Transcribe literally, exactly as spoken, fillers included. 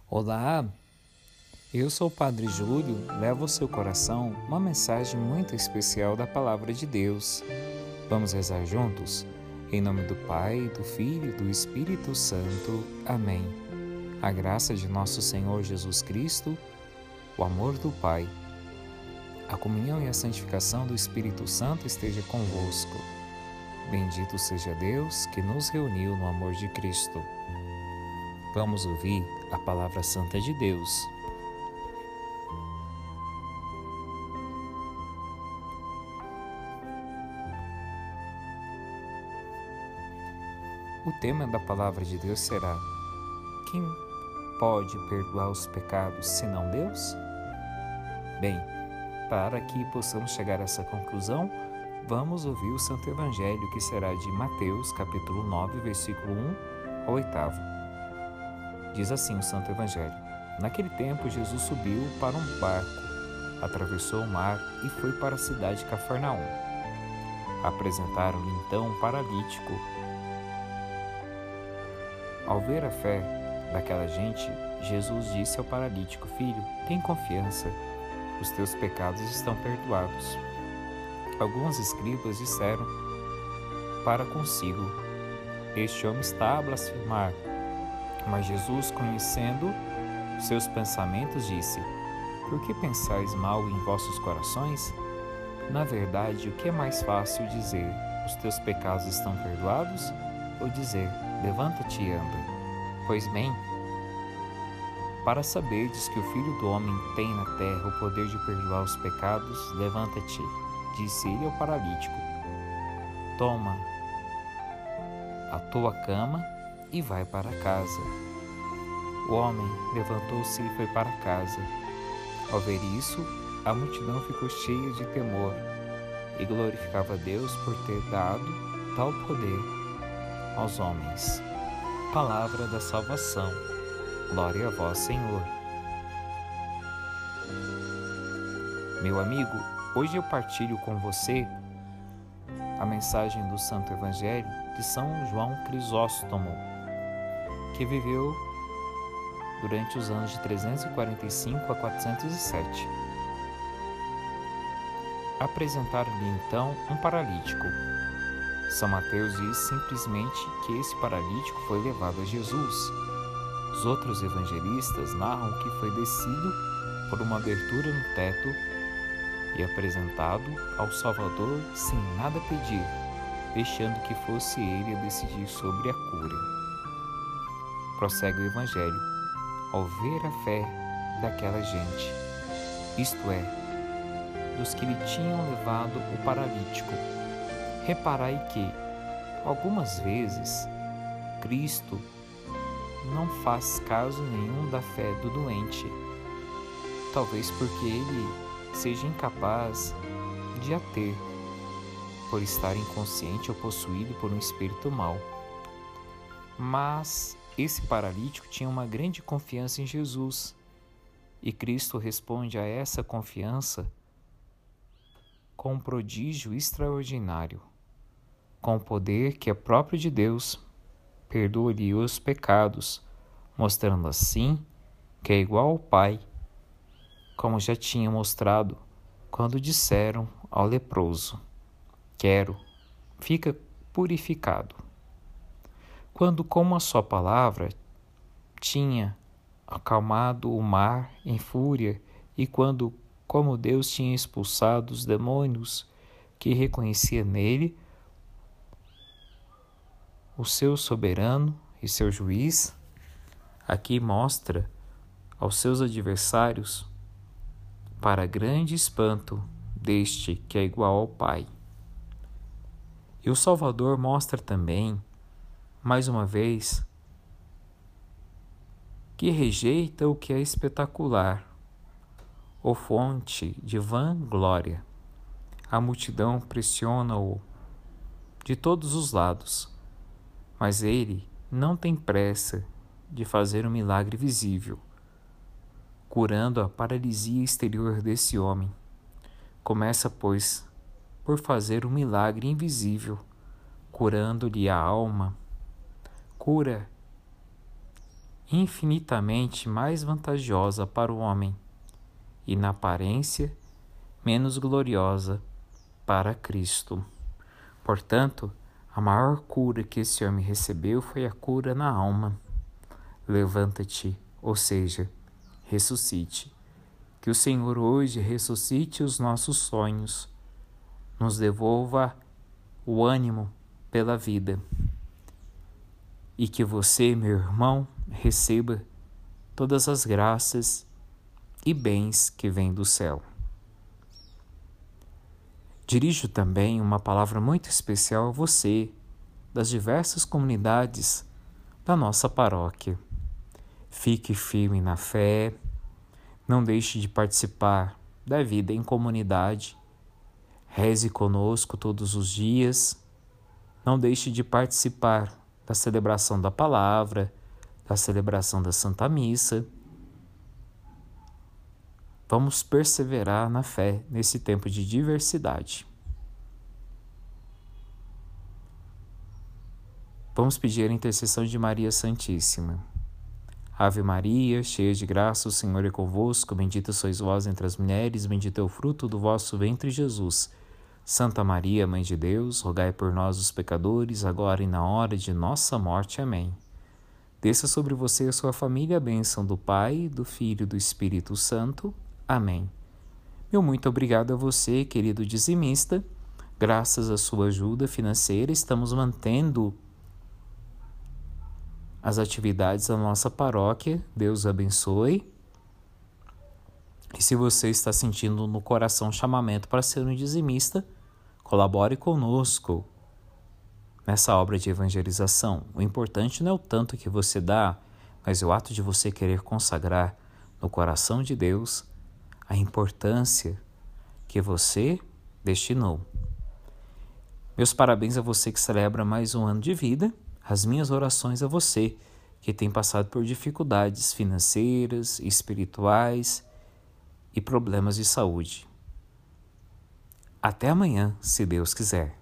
Olá, eu sou o Padre Júlio, levo ao seu coração uma mensagem muito especial da Palavra de Deus. Vamos rezar juntos? Em nome do Pai, do Filho e do Espírito Santo. Amém. A graça de nosso Senhor Jesus Cristo, o amor do Pai, a comunhão e a santificação do Espírito Santo esteja convosco. Bendito seja Deus que nos reuniu no amor de Cristo. Vamos ouvir a palavra santa de Deus. O tema da palavra de Deus será: quem pode perdoar os pecados senão Deus? Bem, para que possamos chegar a essa conclusão, vamos ouvir o Santo Evangelho, que será de Mateus, capítulo nove, versículo um ao oitavo. Diz assim o Santo Evangelho: Naquele tempo, Jesus subiu para um barco, atravessou o mar e foi para a cidade de Cafarnaum. Apresentaram-lhe então um paralítico. Ao ver a fé daquela gente, Jesus disse ao paralítico: Filho, tem confiança, os teus pecados estão perdoados. Alguns escribas disseram para consigo: Este homem está a blasfemar. Mas Jesus, conhecendo seus pensamentos, disse: Por que pensais mal em vossos corações? Na verdade, o que é mais fácil dizer: Os teus pecados estão perdoados? Ou dizer: Levanta-te e anda? Pois bem, para saberdes que o Filho do Homem tem na terra o poder de perdoar os pecados, levanta-te, disse ele ao paralítico. Toma a tua cama e vai para casa. O homem levantou-se e foi para casa. Ao ver isso, a multidão ficou cheia de temor e glorificava a Deus por ter dado tal poder aos homens. Palavra da salvação. Glória a vós, Senhor. Meu amigo, hoje eu partilho com você a mensagem do Santo Evangelho de São João Crisóstomo, que viveu durante os anos de trezentos e quarenta e cinco a quatrocentos e sete. Apresentaram-lhe então um paralítico. São Mateus diz simplesmente que esse paralítico foi levado a Jesus. Os outros evangelistas narram que foi descido por uma abertura no teto e apresentado ao Salvador sem nada pedir, deixando que fosse ele a decidir sobre a cura. Prossegue o Evangelho. Ao ver a fé daquela gente, isto é, dos que lhe tinham levado o paralítico, reparai que, algumas vezes, Cristo não faz caso nenhum da fé do doente, talvez porque ele seja incapaz de a ter, por estar inconsciente ou possuído por um espírito mau. Mas esse paralítico tinha uma grande confiança em Jesus, e Cristo responde a essa confiança com um prodígio extraordinário. Com o poder que é próprio de Deus, perdoa-lhe os pecados, mostrando assim que é igual ao Pai, como já tinha mostrado quando disseram ao leproso: Quero, fica purificado. Quando, como a sua palavra, tinha acalmado o mar em fúria, e quando, como Deus tinha expulsado os demônios que reconhecia nele o seu soberano e seu juiz, aqui mostra aos seus adversários, para grande espanto deste que é igual ao Pai. E o Salvador mostra também, mais uma vez, que rejeita o que é espetacular, ou fonte de vã glória. A multidão pressiona-o de todos os lados, mas ele não tem pressa de fazer um milagre visível, curando a paralisia exterior desse homem. Começa, pois, por fazer um milagre invisível, curando-lhe a alma. Cura infinitamente mais vantajosa para o homem e, na aparência, menos gloriosa para Cristo. Portanto, a maior cura que esse homem recebeu foi a cura na alma. Levanta-te, ou seja, ressuscite. Que o Senhor hoje ressuscite os nossos sonhos, nos devolva o ânimo pela vida. E que você, meu irmão, receba todas as graças e bens que vêm do céu. Dirijo também uma palavra muito especial a você, das diversas comunidades da nossa paróquia. Fique firme na fé, não deixe de participar da vida em comunidade, reze conosco todos os dias, não deixe de participar da celebração da palavra, da celebração da Santa Missa. Vamos perseverar na fé nesse tempo de diversidade. Vamos pedir a intercessão de Maria Santíssima. Ave Maria, cheia de graça, o Senhor é convosco, bendita sois vós entre as mulheres, bendito é o fruto do vosso ventre, Jesus. Santa Maria, Mãe de Deus, rogai por nós os pecadores, agora e na hora de nossa morte. Amém. Desça sobre você e a sua família a bênção do Pai, do Filho e do Espírito Santo. Amém. Meu muito obrigado a você, querido dizimista. Graças à sua ajuda financeira, estamos mantendo as atividades da nossa paróquia. Deus abençoe. E se você está sentindo no coração chamamento para ser um dizimista, colabore conosco nessa obra de evangelização. O importante não é o tanto que você dá, mas o ato de você querer consagrar no coração de Deus a importância que você destinou. Meus parabéns a você que celebra mais um ano de vida. As minhas orações a você que tem passado por dificuldades financeiras, espirituais e problemas de saúde. Até amanhã, se Deus quiser.